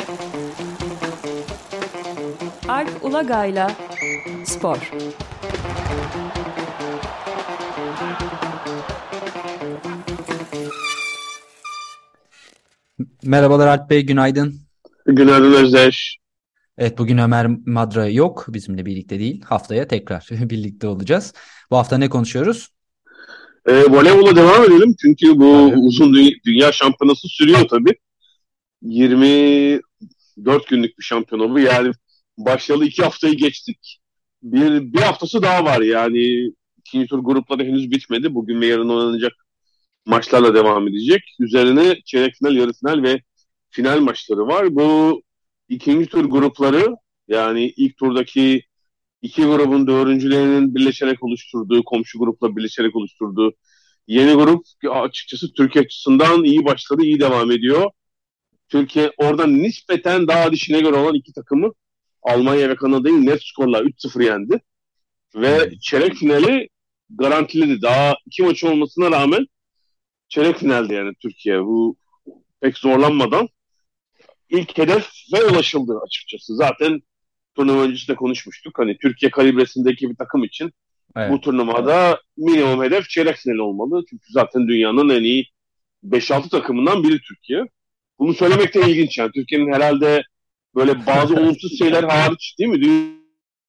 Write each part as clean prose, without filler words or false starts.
Alp Ulagay'la Spor. Merhabalar Alp Bey, günaydın. Günaydın Özdeş. Evet, bugün Ömer Madra yok, bizimle birlikte değil. Haftaya tekrar birlikte olacağız. Bu hafta ne konuşuyoruz? Voleybola devam edelim. Çünkü bu Tabii. uzun dünya şampiyonası sürüyor tabii. 24 günlük bir şampiyona bu. Yani başlayalı 2 haftayı geçtik. Bir haftası daha var yani. İkinci tur grupları henüz bitmedi. Bugün ve yarın oynanacak maçlarla devam edecek. Üzerine çeyrek final, yarı final ve final maçları var. Bu ikinci tur grupları, yani ilk turdaki iki grubun dördüncülerinin birleşerek oluşturduğu, komşu grupla birleşerek oluşturduğu yeni grup açıkçası Türkiye açısından iyi başladı, iyi devam ediyor. Türkiye orada nispeten daha dişine göre olan iki takımı, Almanya ve Kanada'yı net skorla 3-0 yendi. Ve Hmm. çeyrek finali garantiledi. Daha iki maçı olmasına rağmen çeyrek finalde yani Türkiye. Bu pek zorlanmadan ilk hedefe ulaşıldı açıkçası. Zaten turnuva öncesinde konuşmuştuk. Hani Türkiye kalibresindeki bir takım için bu Evet. turnuvada minimum hedef çeyrek final olmalı. Çünkü zaten dünyanın en iyi 5-6 takımından biri Türkiye. Bunu söylemek de ilginç yani. Türkiye'nin herhalde böyle bazı olumsuz şeyler hariç, değil mi? Dünya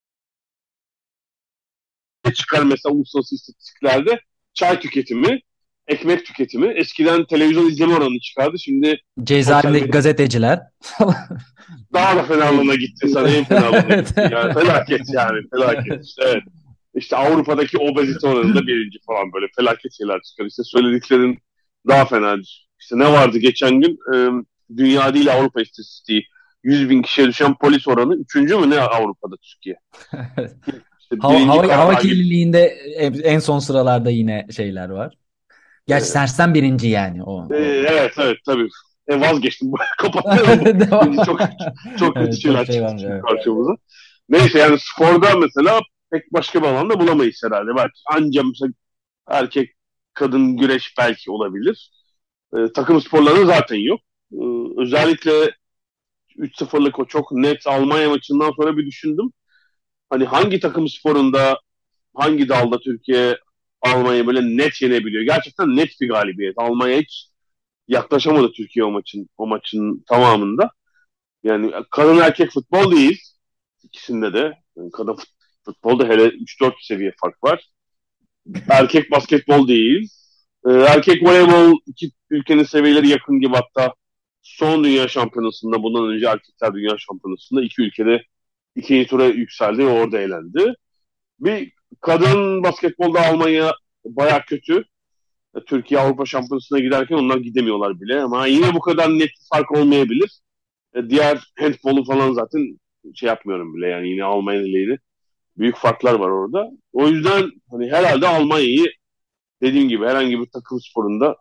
çıkar mesela uluslararası istatistiklerde çay tüketimi, ekmek tüketimi. Eskiden televizyon izleme oranı çıkardı. Şimdi sosyal Cezaevindeki medya gazeteciler. daha da fenalığına gitti. Sana en fenalığına Evet. gitti. Yani felaket yani. Felaket. İşte evet. İşte Avrupa'daki obezite oranında birinci falan, böyle felaket şeyler çıkar. İşte söylediklerin daha fenadır. İşte ne vardı geçen gün? Dünya değil Avrupa istatistiği. 100 bin kişiye düşen polis oranı. Üçüncü mü ne Avrupa'da Türkiye? İşte birinci Hava Karadağ gibi. kirliliğinde en son sıralarda yine şeyler var. Gerçi Ee, Sersem birinci yani evet evet tabii. Vazgeçtim. Kapatıyorum bu. Devam. Çünkü çok çok kötü Evet, çok şeyler şey çıktı varmış, çünkü evet. karşımıza. Neyse yani sporda mesela pek başka bir alanda bulamayız herhalde. Belki anca mesela erkek kadın güreş belki olabilir. Takım sporları zaten yok. Özellikle 3-0'lık o çok net Almanya maçından sonra bir düşündüm. Hani hangi takım sporunda, hangi dalda Türkiye Almanya'yı böyle net yenebiliyor? Gerçekten net bir galibiyet. Almanya hiç yaklaşamadı Türkiye o maçın tamamında. Yani kadın erkek futbol değil ikisinde de. Yani kadın futbolda hele 3-4 seviye fark var. Erkek basketbol değil. Erkek voleybol iki ülkenin seviyeleri yakın gibi, hatta son dünya şampiyonasında, bundan önce erkekler dünya şampiyonasında iki ülkede ikinci tura yükseldi ve orada elendi. Bir kadın basketbolda Almanya baya kötü. Türkiye Avrupa Şampiyonası'na giderken onlar gidemiyorlar bile. Ama yine bu kadar net bir fark olmayabilir. Diğer handbolu falan zaten şey yapmıyorum bile, yani yine Almanya ile büyük farklar var orada. O yüzden hani herhalde Almanya'yı, dediğim gibi, herhangi bir takım sporunda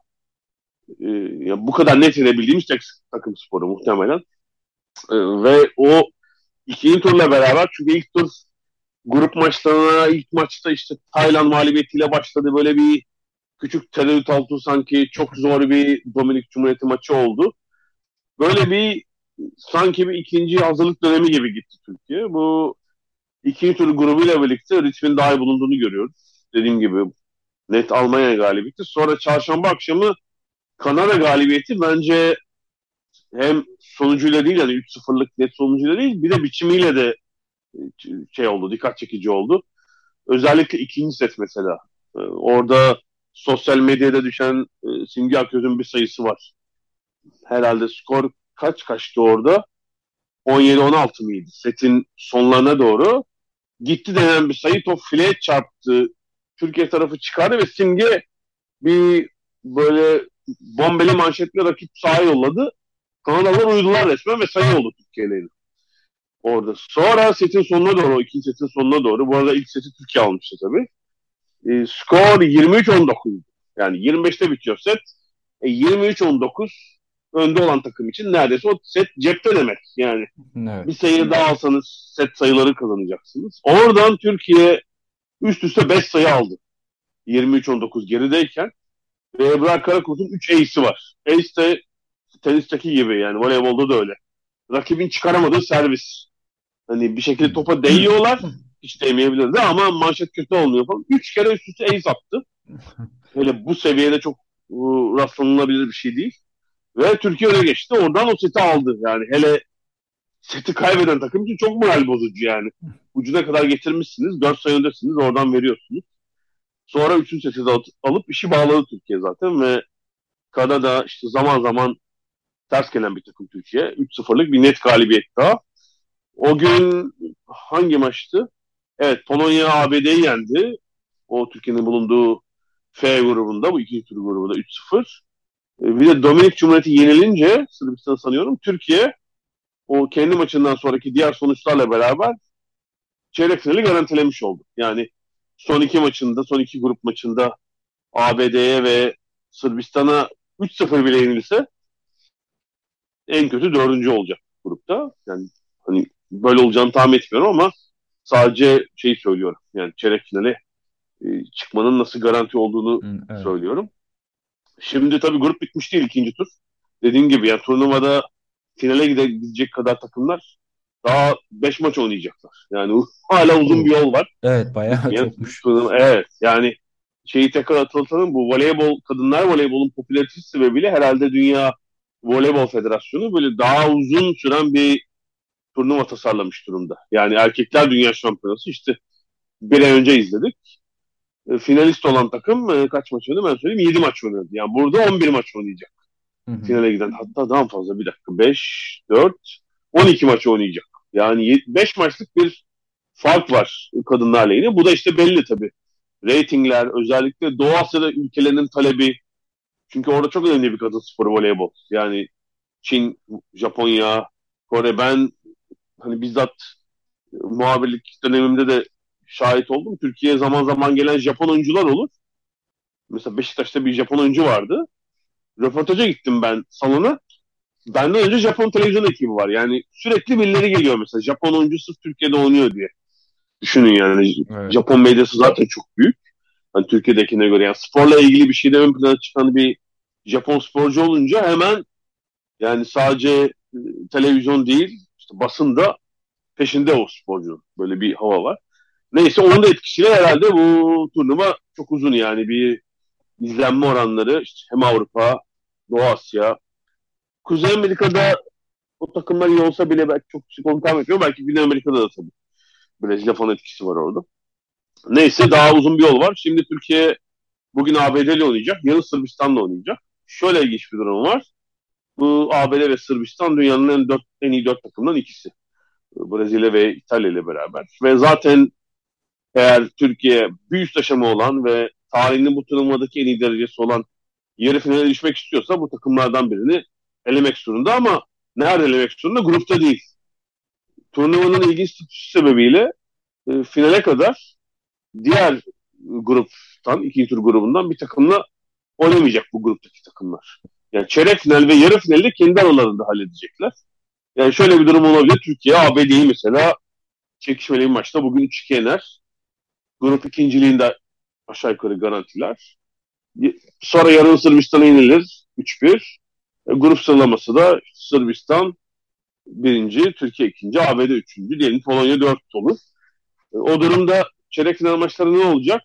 ya bu kadar net yenebildiğimiz tek takım sporu muhtemelen. Ve o ikinci turla beraber, çünkü ilk tur grup maçlarına, ilk maçta işte Tayland mağlubiyetiyle başladı. Böyle bir küçük tereddüt altı, sanki çok zor bir Dominik Cumhuriyeti maçı oldu. Böyle bir sanki bir ikinci hazırlık dönemi gibi gitti Türkiye. Bu ikinci tur grubuyla birlikte ritmin daha iyi bulunduğunu görüyoruz. Dediğim gibi net Almanya galibiyeti. Sonra çarşamba akşamı Kanada galibiyeti bence hem sonucuyla değil, yani 3-0'lık net sonucuyla değil, bir de biçimiyle de şey oldu, dikkat çekici oldu. Özellikle ikinci set mesela. Orada sosyal medyada düşen Simge Aköz'ün bir sayısı var. Herhalde skor kaçtı orada? 17-16 mıydı? Setin sonlarına doğru gitti denen bir sayı, top fileye çarptı. Türkiye tarafı çıkardı ve Simge bir böyle bombeli manşetle rakip sağa yolladı. Kanadalılar uydular resmen ve sayı oldu Türkiye'yle orada. Sonra setin sonuna doğru, ikinci setin sonuna doğru. Bu arada ilk seti Türkiye almıştı tabii. Skor 23-19. Yani 25'te bitiyor set. 23-19 önde olan takım için neredeyse o set cepte demek. Yani Evet. bir sayı daha alsanız set sayıları kazanacaksınız. Oradan Türkiye üst üste 5 sayı aldı. 23-19 gerideyken. Ve Ebrar Karakurt'un 3 ace'i var. Ace de tenisteki gibi, yani voleybolda da öyle. rakibin çıkaramadığı servis. Hani bir şekilde topa değiyorlar. Hiç değmeyebilirdi ama manşet kötü olmuyor falan. 3 kere üst üste ace attı. Hele bu seviyede çok rastlanılabilir bir şey değil. Ve Türkiye öne geçti. Oradan o seti aldı. Yani hele seti kaybeden takım için çok moral bozucu yani. Ucuna kadar getirmişsiniz. 4 sayı öndesiniz. Oradan veriyorsunuz. Sonra 3. seti de alıp işi bağladı Türkiye zaten ve Kanada işte zaman zaman ters gelen bir takım Türkiye. 3-0'lık bir net galibiyet daha. O gün hangi maçtı? Evet, Polonya ABD'yi yendi. O Türkiye'nin bulunduğu F grubunda, bu ikinci tur grubunda 3-0. Bir de Dominik Cumhuriyeti yenilince Sırbistan sanıyorum Türkiye o kendi maçından sonraki diğer sonuçlarla beraber çeyrek finali garantilemiş oldu. Yani son iki maçında, son iki grup maçında ABD'ye ve Sırbistan'a 3-0 bile yenilse en kötü dördüncü olacak grupta. Yani hani böyle olacağını tahmin etmiyorum ama sadece şeyi söylüyorum. Yani çeyrek finale çıkmanın nasıl garanti olduğunu Evet. söylüyorum. Şimdi tabii grup bitmiş değil ikinci tur. Dediğim gibi yani turnuvada finale gidecek kadar takımlar daha 5 maç oynayacaklar. Yani hala uzun bir yol var. Evet, bayağı Bitmeyen çokmuş. turnuva. Evet yani şeyi tekrar hatırlatalım. Bu voleybol, kadınlar voleybolun popülaritesi sebebiyle herhalde Dünya Voleybol Federasyonu böyle daha uzun süren bir turnuva tasarlamış durumda. Yani Erkekler Dünya Şampiyonası işte bir ay önce izledik. Finalist olan takım kaç maç oynadı ben söyleyeyim 7 maç oynadı. Yani burada 11 maç oynayacak. Hı hı. Finale giden hatta daha fazla bir dakika 5, 4, 12 maç oynayacak. Yani 5 maçlık bir fark var kadınlar lehine. Bu da işte belli tabii. Ratingler özellikle Doğu Asya'da ülkelerinin talebi çünkü orada çok önemli bir kadın sporu voleybol. Yani Çin, Japonya, Kore ben hani bizzat muhabirlik dönemimde de şahit oldum. Türkiye'ye zaman zaman gelen Japon oyuncular olur. Mesela Beşiktaş'ta bir Japon oyuncu vardı. Röportaja gittim ben salona. Benden önce Japon televizyon ekibi var. Yani sürekli birileri geliyor mesela. Japon oyuncu sırf Türkiye'de oynuyor diye. Düşünün yani. Evet. Japon medyası zaten çok büyük. Hani Türkiye'dekine göre. Yani sporla ilgili bir şeyde ön plana çıkan bir Japon sporcu olunca hemen yani sadece televizyon değil işte basın da peşinde o sporcunun. Böyle bir hava var. Neyse onun da etkisiyle herhalde bu turnuva çok uzun yani bir izlenme oranları işte hem Avrupa, Doğu Asya, Kuzey Amerika'da o takımlar iyi olsa bile belki çok sık onu tahmin etmiyorum. Belki Güney Amerika'da da tabii. Brezilya falan etkisi var orada. Neyse daha uzun bir yol var. Şimdi Türkiye bugün ABD ile oynayacak. Yarın Sırbistan'la oynayacak. Şöyle ilginç bir durum var. Bu ABD ve Sırbistan dünyanın en iyi dört takımdan ikisi. Brezilya ve İtalya ile beraber. Ve zaten eğer Türkiye bir üst aşama olan ve tarihinin bu turnuvadaki en iyi derecesi olan yarı finale düşmek istiyorsa bu takımlardan birini elemek zorunda ama nerede elemek zorunda? Grupta değil. Turnuvanın ilginç statüsü sebebiyle finale kadar diğer gruptan, ikinci tur grubundan bir takımla oynamayacak bu gruptaki takımlar. Yani çeyrek final ve yarı finali de kendi aralarında halledecekler. Yani şöyle bir durum olabilir. Türkiye ABD'yi mesela çekişmeli bir maçta bugün 3-2 yener. Grup ikinciliğinde aşağı yukarı garantiler. Sonra yarın Sırbistan'a yenilir 3-1. Grup sıralaması da Sırbistan birinci, Türkiye ikinci, ABD üçüncü, diyelim Polonya dört olur. O durumda çeyrek final maçları ne olacak?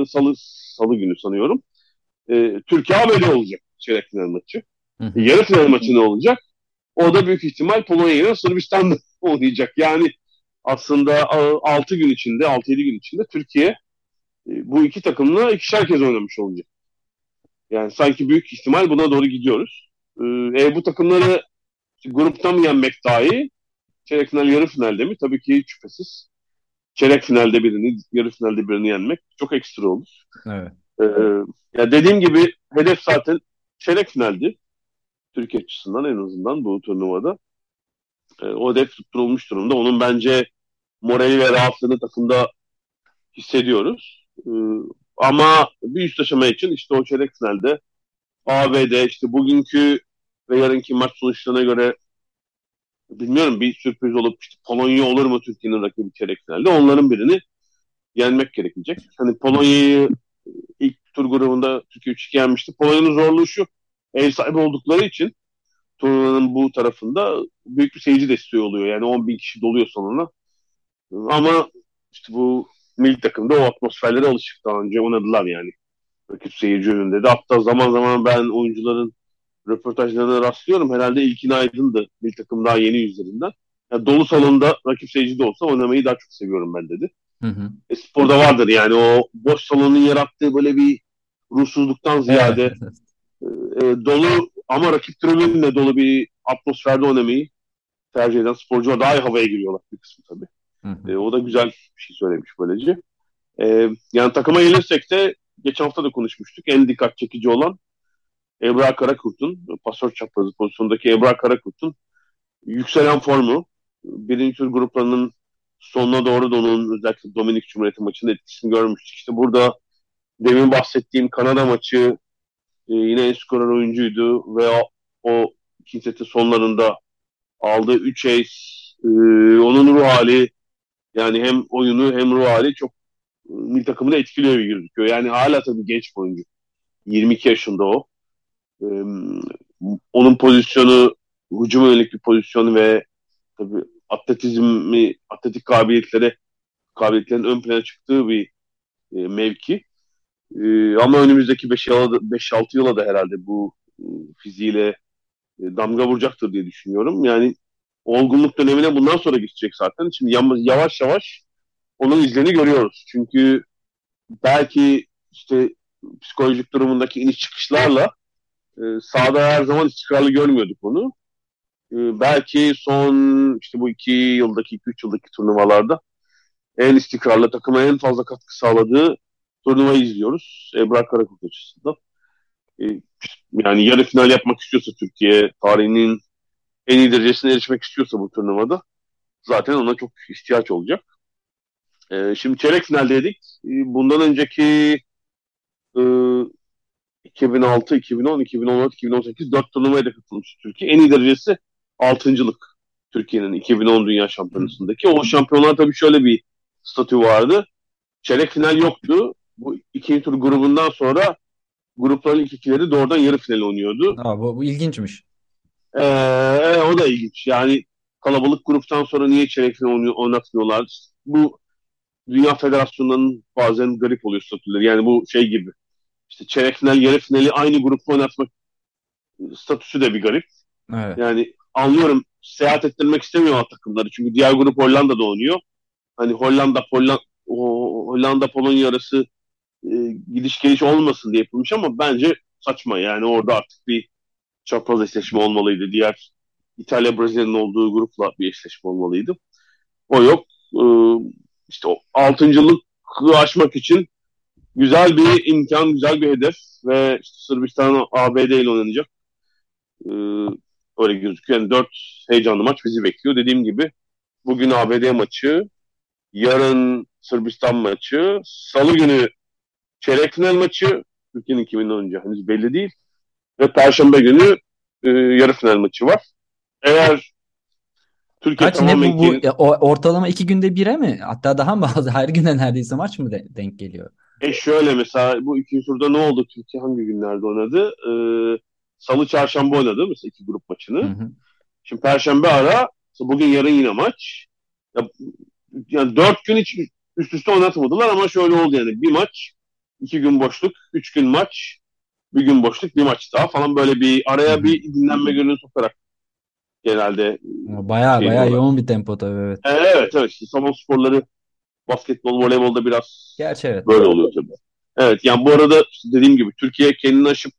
Salı günü sanıyorum. Türkiye ABD olacak çeyrek final maçı. Hı hı. Yarı final maçı ne olacak? O da büyük ihtimal Polonya ile Sırbistan'da oynayacak. Yani aslında 6 gün içinde, 6-7 gün içinde Türkiye bu iki takımla ikişer kez oynamış olacak. Yani sanki büyük ihtimal buna doğru gidiyoruz. Bu takımları grupta mı yenmek daha iyi? Çeyrek final, yarı finalde mi? Tabii ki hiç şüphesiz. Çeyrek finalde birini, yarı finalde birini yenmek çok ekstra olur. Evet. Ee, Ya dediğim gibi hedef zaten çeyrek finaldi. Türkiye açısından en azından bu turnuvada. O hedef tutturulmuş durumda. Onun bence morali ve rahatlığını takımda hissediyoruz. Ama bir üst aşama için işte o çeyrek finalde ABD işte bugünkü ve yarınki maç sonuçlarına göre bilmiyorum bir sürpriz olup işte Polonya olur mu Türkiye'nin rakibi çeyrek finalde onların birini yenmek gerekecek. Hani Polonya'yı ilk tur grubunda Türkiye 3-2 yenmişti. Polonya'nın zorluğu şu ev sahibi oldukları için turnuvanın bu tarafında büyük bir seyirci desteği oluyor. Yani 10 bin kişi doluyor salona. Ama işte bu milli takımda o atmosferlere alışık, daha önce oynadılar yani. Rakip seyirci önünde de. Hatta zaman zaman ben oyuncuların röportajlarına rastlıyorum. Herhalde İlkin Aydın'dı. Milli takım daha yeni yüzlerinden. Yani dolu salonda rakip seyirci de olsa oynamayı daha çok seviyorum ben dedi. Hı hı. Sporda vardır yani, o boş salonun yarattığı böyle bir ruhsuzluktan Evet. ziyade dolu ama rakip tribünle dolu bir atmosferde oynamayı tercih eden sporcular daha iyi havaya giriyorlar bir kısmı tabii. Hı hı. O da güzel bir şey söylemiş böylece. Yani takıma gelirsek de geçen hafta da konuşmuştuk. En dikkat çekici olan Ebrar Karakurt'un, pasör çaprazı pozisyondaki Ebrar Karakurt'un yükselen formu. Birinci tur gruplarının sonuna doğru da onun özellikle Dominik Cumhuriyeti maçında etkisini görmüştük. İşte burada demin bahsettiğim Kanada maçı, yine en skorer oyuncuydu ve o ikinci setin sonlarında aldığı 3 ace, e, onun ruh hali, yani hem oyunu hem ruh hali çok milli takımını etkiliyor gibi gözüküyor. Yani hala tabii genç bir oyuncu. 22 yaşında o. E, Onun pozisyonu, hücuma yönelik bir pozisyonu ve tabii atletik kabiliyetlerin ön plana çıktığı bir mevki. Ama önümüzdeki 5-6 yıla da herhalde bu fiziğiyle damga vuracaktır diye düşünüyorum. Yani olgunluk dönemine bundan sonra geçecek zaten. Şimdi yavaş yavaş onun izlerini görüyoruz. Çünkü belki işte psikolojik durumundaki iniş çıkışlarla sahada her zaman istikrarlı görmüyorduk onu. Belki son işte bu 2 yıldaki 3 yıldaki turnuvalarda en istikrarlı, takıma en fazla katkı sağladığı turnuvayı izliyoruz. Ebrar Karakurt açısından. E, Yani yarı final yapmak istiyorsa Türkiye, tarihinin en iyi derecesine erişmek istiyorsa bu turnuvada zaten ona çok ihtiyaç olacak. Şimdi çeyrek finaldeydik. Bundan önceki e, 2006, 2010, 2014, 2018 4 turnuvaya da katılmış Türkiye. En iyi derecesi altıncılık Türkiye'nin 2010 Dünya Şampiyonası'ndaki. O şampiyonlar tabii şöyle bir statü vardı. Çeyrek final yoktu. Bu ikinci tur grubundan sonra grupların ilk ikileri doğrudan yarı final oynuyordu. Bu ilginçmiş. O da ilginç. Yani kalabalık gruptan sonra niye çeyrek final oynatmıyorlar? Bu Dünya Federasyonlarının bazen garip oluyor statüleri. Yani bu şey gibi. İşte çeyrek final, yarı finali aynı grupta oynatmak statüsü de bir garip. Evet. Yani anlıyorum, seyahat ettirmek istemiyor takımları. Çünkü diğer grup Hollanda'da oynuyor. Hani Hollanda Polonya arası gidiş geliş olmasın diye yapılmış ama bence saçma. Yani orada artık bir çapraz eşleşme olmalıydı. Diğer İtalya Brezilya'nın olduğu grupla bir eşleşme olmalıydı. O yok. Ee, işte o altıncılık aşmak için güzel bir imkan, güzel bir hedef ve işte Sırbistan ABD ile oynanacak. Ee, Öyle gözüküyor. Yani 4 heyecanlı maç bizi bekliyor. Dediğim gibi bugün ABD maçı, yarın Sırbistan maçı, Salı günü çeyrek final maçı, Türkiye'nin kiminle oynayacağı henüz belli değil. Ve Perşembe günü yarı final maçı var. Eğer Türkiye Kaç ne tamamen bu ortalama 2 günde 1'e mi? Hatta daha mı az? Her güne neredeyse maç mı denk geliyor? şöyle mesela bu ikinci turda ne oldu? Türkiye hangi günlerde oynadı? Salı, çarşamba oynadı mesela iki grup Hı maçını. hı. Şimdi Perşembe ara, bugün yarın yine maç. Ya, yani 4 gün hiç üst üste oynatmadılar ama şöyle oldu yani. Bir maç, 2 gün boşluk, 3 gün maç, bir gün boşluk, bir maç daha falan, böyle bir Hı araya hı. bir dinlenme günü sokarak genelde Baya şey baya diyorlar. yoğun bir tempo tabii, evet. Evet, işte sabah sporları, basketbol, voleybolda biraz Gerçi evet. böyle oluyor tabii. Evet, yani bu arada işte dediğim gibi Türkiye kendini aşıp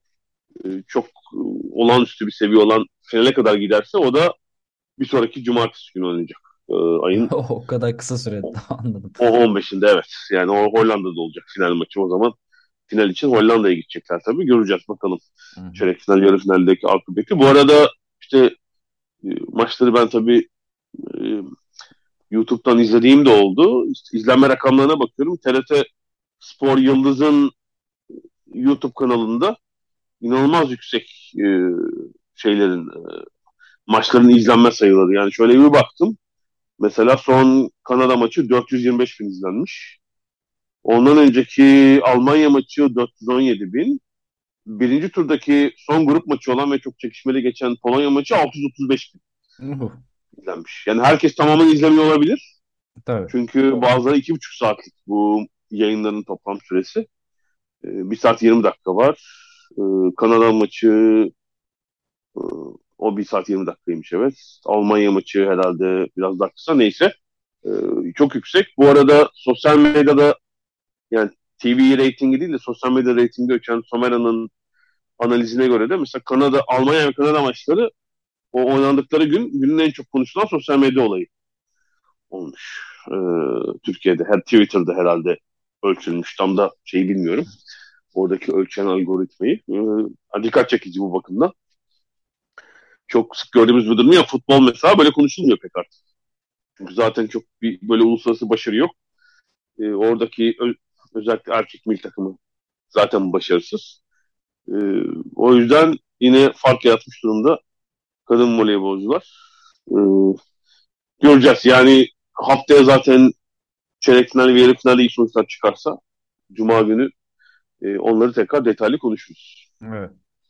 çok olağanüstü bir seviye olan finale kadar giderse o da bir sonraki cumartesi günü oynayacak. Ayın O kadar kısa sürede anladım. o 15'inde, evet. Yani o Hollanda'da olacak final maçı. O zaman final için Hollanda'ya gidecekler tabii. Göreceğiz bakalım. Hı hı. Çeyrek final, yarı finaldeki akıbeti. Bu arada işte maçları ben tabii e, YouTube'dan izlediğim de oldu. İşte izlenme rakamlarına bakıyorum. TRT Spor Yıldız'ın YouTube kanalında inanılmaz yüksek şeylerin maçların izlenme sayıları. Yani şöyle bir baktım. Mesela son Kanada maçı 425 bin izlenmiş. Ondan önceki Almanya maçı 417 bin. birinci turdaki son grup maçı olan ve çok çekişmeli geçen Polonya maçı 635 bin Uhu, izlenmiş. Yani herkes tamamen izlemiyor olabilir. tabii. Çünkü bazıları 2,5 saatlik bu yayınların toplam süresi. 1 saat 20 dakika var. Kanada maçı e, o 1 saat 20 dakikaymış, evet. Almanya maçı herhalde biraz daha kısa, neyse. Ee, Çok yüksek. Bu arada sosyal medyada, yani TV reytingi değil de sosyal medya reytingi ölçen Somera'nın analizine göre de mesela Almanya ve Kanada maçları o oynandıkları günün en çok konuşulan sosyal medya olayı olmuş. Türkiye'de, Twitter'da herhalde ölçülmüş. Tam da şeyi bilmiyorum. Oradaki ölçen algoritmayı. Dikkat çekici bu bakımdan. Çok sık gördüğümüz bir durum ya, futbol mesela böyle konuşulmuyor pek artık. Çünkü zaten çok bir böyle uluslararası başarı yok. Oradaki özellikle erkek milli takımı zaten başarısız. Ee, O yüzden yine fark yaratmış durumda kadın voleybolcular. Ee, Göreceğiz. Yani haftaya zaten çeyrek final ve yarı finalde iyi sonuçlar çıkarsa Cuma günü onları tekrar detaylı konuşuruz. Evet.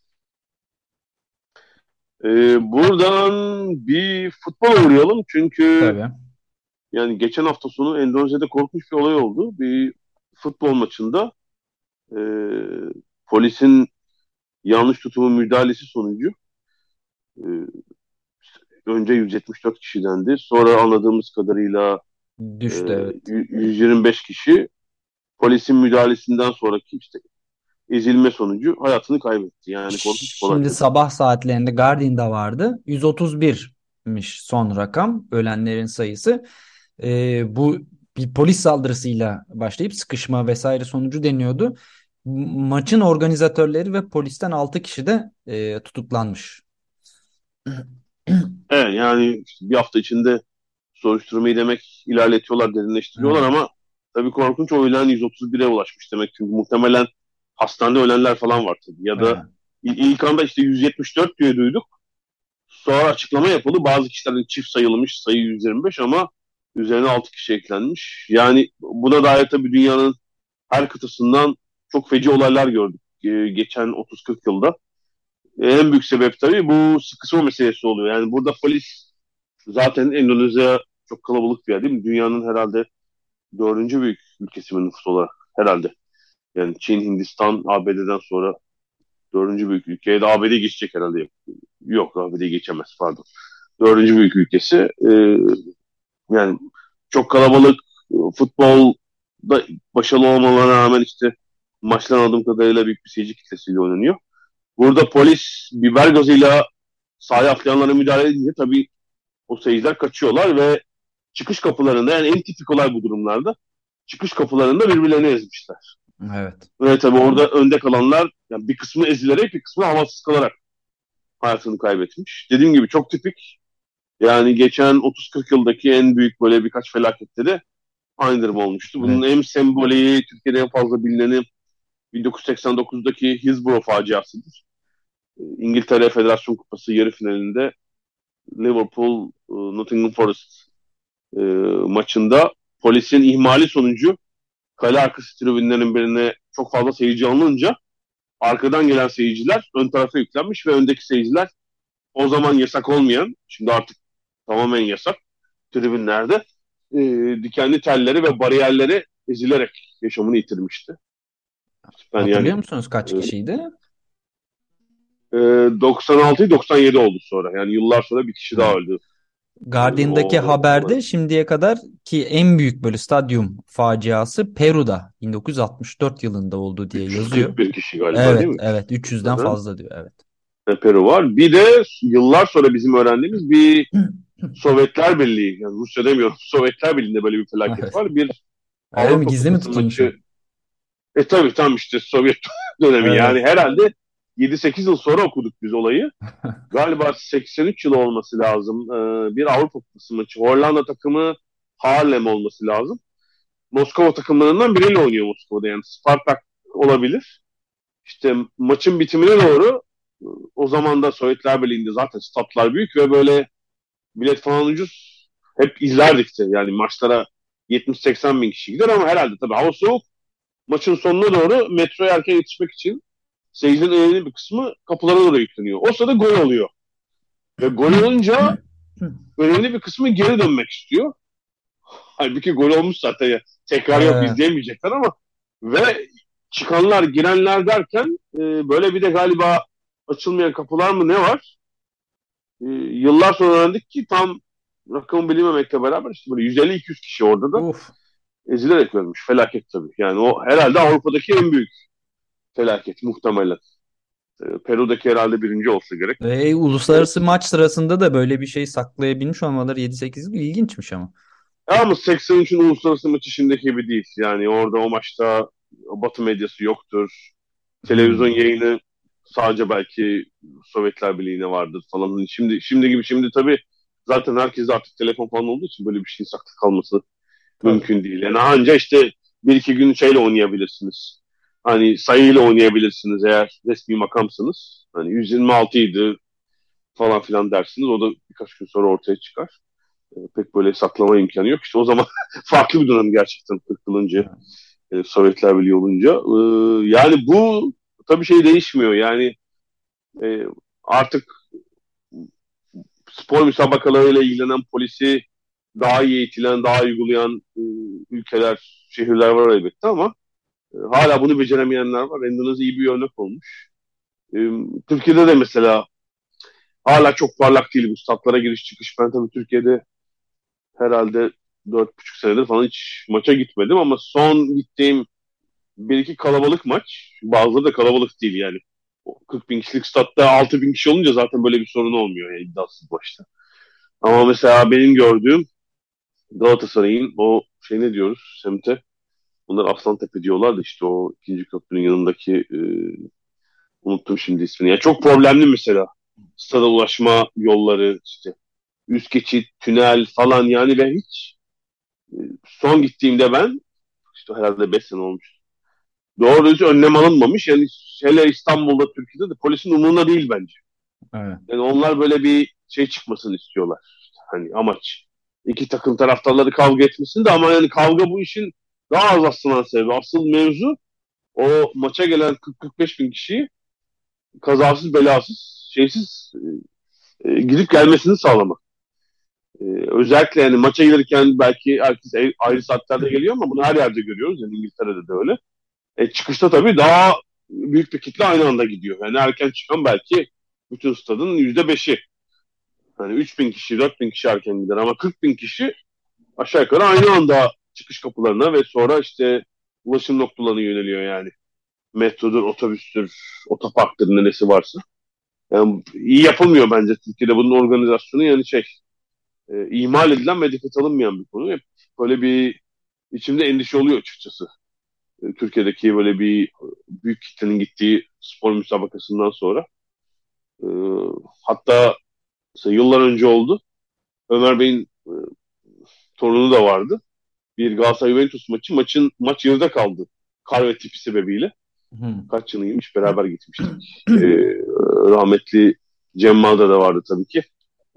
Buradan bir futbola uğrayalım. Çünkü Tabii. yani geçen hafta sonu Endonezya'da korkunç bir olay oldu. Bir futbol maçında e, polisin yanlış tutumu müdahalesi sonucu e, önce 174 kişidendi. Sonra anladığımız kadarıyla e, Düştü, evet. 125 kişi polisin müdahalesinden sonraki işte ezilme sonucu hayatını kaybetti. Yani korkunç bir olay Şimdi tabii. sabah saatlerinde Guardian'da vardı. 131'miş son rakam ölenlerin sayısı. Bu bir polis saldırısıyla başlayıp sıkışma vesaire sonucu deniyordu. Maçın organizatörleri ve polisten 6 kişi de tutuklanmış. Evet, yani işte bir hafta içinde soruşturmayı demek ilerletiyorlar, derinleştiriyorlar Evet. ama tabii korkunç, o ölen 131'e ulaşmış demek. Çünkü muhtemelen hastanede ölenler falan var tabii. Ya da Evet. ilk anda işte 174 diye duyduk. Sonra açıklama yapıldı. Bazı kişilerin çift sayılmış sayı 125 ama üzerine 6 kişi eklenmiş. Yani buna dair tabii dünyanın her kıtasından çok feci olaylar gördük geçen 30-40 yılda. En büyük sebep tabii bu sıkışma meselesi oluyor. Yani burada polis, zaten Endonezya çok kalabalık bir yer değil mi? Dünyanın herhalde dördüncü büyük ülkesi mi nüfus olarak herhalde. Yani Çin, Hindistan, ABD'den sonra dördüncü büyük ülkeye de ABD geçecek herhalde. Yok, ABD geçemez, pardon. Dördüncü büyük ülkesi. Yani çok kalabalık, futbolda başarılı olmalarına rağmen işte maçlar anladığım kadarıyla büyük bir seyirci kitlesiyle oynanıyor. Burada polis biber gazıyla sahaya atlayanlara müdahale edince tabii o seyirciler kaçıyorlar ve çıkış kapılarında, yani en tipik olay bu durumlarda, çıkış kapılarında birbirlerini ezmişler. Evet. Ve tabii orada önde kalanlar, yani bir kısmı ezilerek bir kısmı havasız kalarak hayatını kaybetmiş. Dediğim gibi çok tipik. Yani geçen 30-40 yıldaki en büyük böyle birkaç felakette de aynı durum olmuştu. Bunun Evet. en sembolü, Türkiye'de en fazla bilineni 1989'daki Hillsborough faciasıdır. İngiltere Federasyon Kupası yarı finalinde Liverpool Nottingham Forest maçında polisin ihmali sonucu kale arkası tribünlerin birine çok fazla seyirci alınınca arkadan gelen seyirciler ön tarafa yüklenmiş ve öndeki seyirciler, o zaman yasak olmayan, şimdi artık tamamen yasak tribünlerde, dikenli telleri ve bariyerleri ezilerek yaşamını yitirmişti. Ben Hatırlıyor yani musunuz kaç e, kişiydi? 96-97 oldu sonra. Yani yıllar sonra bir kişi daha Evet. öldü. Guardian'daki O haberde şimdiye kadar ki en büyük böyle stadyum faciası Peru'da 1964 yılında oldu diye yazıyor. 341 kişi galiba, değil Evet, mi? evet, 300'den Hı-hı. fazla diyor, evet. Peru var. Bir de yıllar sonra bizim öğrendiğimiz bir Sovyetler Birliği, yani Rusya demiyorum, Sovyetler Birliği'nde böyle bir felaket Evet. var. Bir Öyle mi? Avrupa Gizli mi Kupası tutulmuş o? maçı. Tabii tam işte Sovyet dönemi, Evet. yani herhalde 7-8 yıl sonra okuduk biz olayı. Galiba 83 yılı olması lazım. Bir Avrupa Kupası maçı. Hollanda takımı Haarlem olması lazım. Moskova takımlarından biriyle oynuyor Moskova'da, yani Spartak olabilir. İşte maçın bitimine doğru, o zaman da Sovyetler Birliği'nde zaten statlar büyük ve böyle bilet falan ucuz. Hep izlerdik de, yani maçlara 70-80 bin kişi gider ama herhalde tabii hava soğuk. Maçın sonuna doğru metroya erken yetişmek için seyircinin önemli bir kısmı kapılara doğru yükleniyor. O sırada gol oluyor. Ve gol olunca önemli bir kısmı geri dönmek istiyor. Halbuki gol olmuş zaten ya. Tekrar yok, Ee, izleyemeyecekler ama ve çıkanlar girenler derken böyle bir de galiba açılmayan kapılar mı ne var? Yıllar sonra öğrendik ki tam rakamı bilinmemekle beraber işte böyle 150-200 kişi orada da Uf. ezilerek ölmüş. Felaket tabii. Yani o herhalde Avrupa'daki en büyük felaket muhtemelen. Peru'daki herhalde birinci olsa gerek. Uluslararası maç sırasında da böyle bir şey saklayabilmiş olmaları 7-8 yıl ilginçmiş ama. Ama 83'ün uluslararası maçı şimdiki gibi değil. Yani orada o maçta Batı medyası yoktur. Televizyon Hmm. yayını sadece belki Sovyetler Birliği'ne vardır falan. Hani şimdi gibi şimdi tabii zaten herkes artık telefon falan olduğu için böyle bir şeyin saklı kalması Tabii. mümkün değil. Yani anca işte bir iki gün şeyle oynayabilirsiniz. Hani sayıyla oynayabilirsiniz eğer resmi makamsınız. Hani 126 idi falan filan dersiniz. O da birkaç gün sonra ortaya çıkar. Pek böyle saklama imkanı yok. İşte o zaman farklı bir dönem gerçekten 40 yıl önce Sovyetler Birliği olunca. Yani bu tabii şey değişmiyor. Yani e, artık spor müsabakalarıyla ilgilenen polisi daha iyi eğitilen, daha iyi uygulayan ülkeler, şehirler var elbette ama hala bunu beceremeyenler var. Endonezya iyi bir örnek olmuş. E, Türkiye'de de mesela hala çok parlak değil bu statlara giriş çıkış. Ben tabii Türkiye'de herhalde 4,5 senedir falan hiç maça gitmedim ama son gittiğim bir iki kalabalık maç, bazıları da kalabalık değil yani. O 40 bin kişilik statta 6 bin kişi olunca zaten böyle bir sorun olmuyor yani iddiasız başta. Ama mesela benim gördüğüm Galatasaray'ın o şey ne diyoruz semte? Bunlar Aslantepe diyorlar da işte o ikinci köprünün yanındaki unuttum şimdi ismini. Yani çok problemli mesela. Stada ulaşma yolları işte üst geçit, tünel falan yani ve hiç son gittiğimde ben işte herhalde 5 sene olmuş. Doğru düzgün önlem alınmamış. Yani hele İstanbul'da, Türkiye'de de polisin umurunda değil bence. Evet. Yani onlar böyle bir şey çıkmasını istiyorlar. Hani amaç. İki takım taraftarları kavga etmesin de ama yani kavga bu işin daha az aslanan sebebi. Asıl mevzu o maça gelen 40-45 bin kişiyi kazasız belasız şeysiz gidip gelmesini sağlamak. Özellikle yani maça gelirken belki herkes ayrı saatlerde geliyor ama bunu her yerde görüyoruz. Yani İngiltere'de de öyle. Çıkışta tabii daha büyük bir kitle aynı anda gidiyor. Yani erken çıkan belki bütün stadın %5'i. Hani 3 bin kişi, 4 bin kişi erken gider ama 40 bin kişi aşağı yukarı aynı anda çıkış kapılarına ve sonra işte ulaşım noktalarına yöneliyor yani. Metrodur, otobüstür, otoparktır neresi varsa. Yani iyi yapılmıyor bence Türkiye'de bunun organizasyonu yani şey ihmal edilen ve dikkate alınmayan bir konu. Hep böyle bir içimde endişe oluyor açıkçası. Türkiye'deki böyle bir büyük kitlenin gittiği spor müsabakasından sonra. E, Hatta mesela yıllar önce oldu. Ömer Bey'in torunu da vardı. Bir Galatasaray Juventus maç yarıda kaldı. Kar ve tipi sebebiyle. Hmm. Kaç yılıymış beraber gitmiştik. Rahmetli Cem Malda da vardı tabii ki.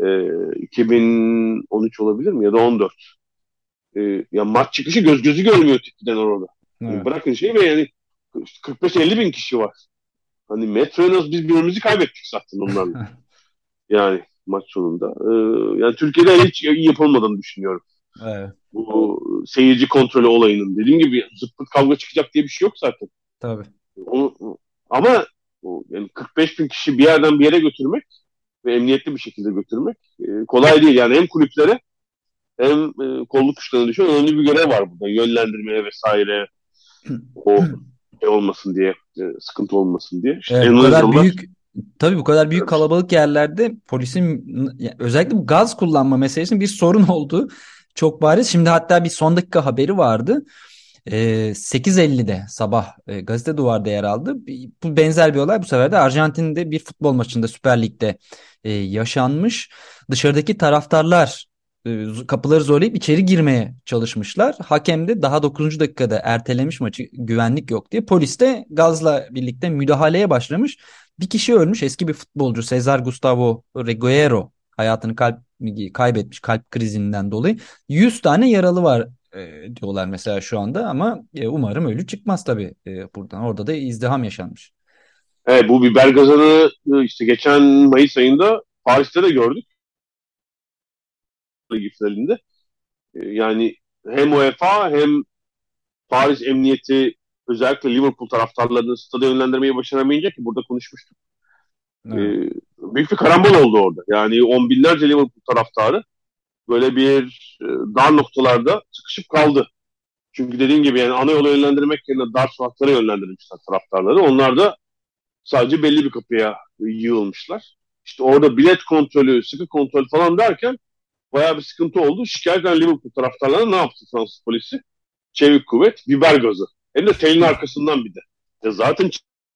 2013 olabilir mi ya da 14. Ya maç çıkışı göz gözü görmüyor tipiden orada. Yani Evet. bırakın şey ve yani 45-50 bin kişi var. Hani metroya nasıl biz birbirimizi kaybettik zaten onlarla. Yani maç sonunda. Yani Türkiye'de hiç iyi yapılmadığını düşünüyorum. Evet. Bu seyirci kontrolü olayının. Dediğim gibi zıt pıt kavga çıkacak diye bir şey yok zaten. Tabii. Onu, ama yani 45 bin kişi bir yerden bir yere götürmek ve emniyetli bir şekilde götürmek kolay değil. Yani hem kulüplere hem kolluk güçlerine düşen önemli bir görev var burada. Yönlendirmeye vesaire o şey olmasın diye, sıkıntı olmasın diye. İşte Bu kadar Endonezyalılar büyük tabii bu kadar büyük kalabalık yerlerde polisin özellikle bu gaz kullanma meselesinin bir sorun olduğu çok bariz. Şimdi hatta bir son dakika haberi vardı. 8.50'de sabah gazete duvarda yer aldı. Bu benzer bir olay bu sefer de Arjantin'de bir futbol maçında Süper Lig'de yaşanmış. Dışarıdaki taraftarlar kapıları zorlayıp içeri girmeye çalışmışlar. Hakem de daha 9. dakikada ertelemiş maçı güvenlik yok diye. Polis de gazla birlikte müdahaleye başlamış. Bir kişi ölmüş, eski bir futbolcu Cesar Gustavo Reguero hayatını kaybetmiş kalp krizinden dolayı. 100 tane yaralı var diyorlar mesela şu anda ama umarım ölü çıkmaz tabii buradan. Orada da izdiham yaşanmış. Evet, bu biber gazını işte geçen Mayıs ayında Paris'te de gördük. Ligi finalinde. Yani hem UEFA hem Paris Emniyeti özellikle Liverpool taraftarlarını stada yönlendirmeyi başaramayınca, ki burada konuşmuştuk. Evet. Büyük bir karambol oldu orada. Yani on binlerce Liverpool taraftarı böyle bir dar noktalarda sıkışıp kaldı. Çünkü dediğim gibi yani ana yola yönlendirmek yerine dar sokaklara yönlendirmişler taraftarları. Onlar da sadece belli bir kapıya yığılmışlar. İşte orada bilet kontrolü, sıkı kontrol falan derken bayağı bir sıkıntı oldu. Şikayet eden Liverpool taraftarları ne yaptı Fransız polisi? Çevik kuvvet, biber gazı. Hem de telin arkasından bir de. Zaten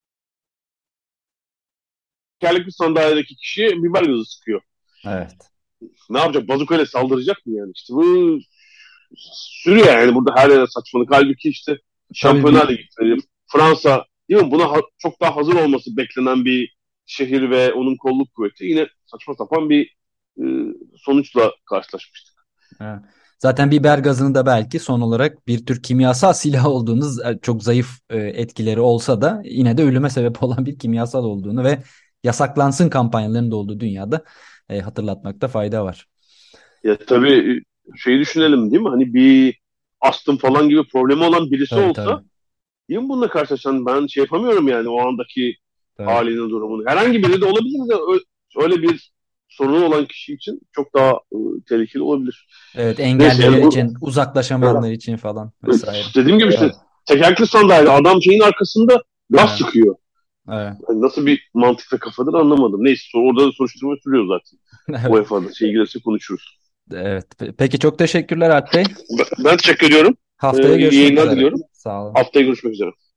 tekerlekli sandalyedeki kişiye biber gazı sıkıyor. Evet. Ne yapacak? Bazukayla saldıracak mı yani? İşte bu sürüyor yani burada her yere saçmalık. Halbuki işte Tabii Şampiyonlar Ligi, Fransa değil mi? Buna çok daha hazır olması beklenen bir şehir ve onun kolluk kuvveti yine saçma sapan bir e, sonuçla karşılaşmıştık. evet. Zaten biber gazını da belki son olarak bir tür kimyasal silah olduğunu, çok zayıf etkileri olsa da yine de ölüme sebep olan bir kimyasal olduğunu ve yasaklansın kampanyalarının da olduğu dünyada hatırlatmakta fayda var. Ya tabii şeyi düşünelim değil mi? Hani bir astım falan gibi problemi olan birisi Tabii tabii. olsa değil mi bununla karşılaşan, ben şey yapamıyorum yani o andaki Tabii. halinin durumunu. Herhangi biri de olabilir de öyle bir sorunu olan kişi için çok daha tehlikeli olabilir. Evet, Neyse engelliler yani için, uzaklaşamayanlar için falan vesaire. dediğim gibi işte Evet. tekerlekli sandalye adam şeyin arkasında gaz Evet. sıkıyor. Evet. Yani nasıl bir mantıkla kafadır anlamadım. Neyse orada da soruşturma sürüyor zaten. Evet. UEFA'da şey gelirse konuşuruz. Evet. Peki çok teşekkürler Alp Bey. Ben teşekkür ediyorum. Haftaya İyi görüşmek yayınlar üzere. diliyorum. Sağ olun. Haftaya görüşmek üzere.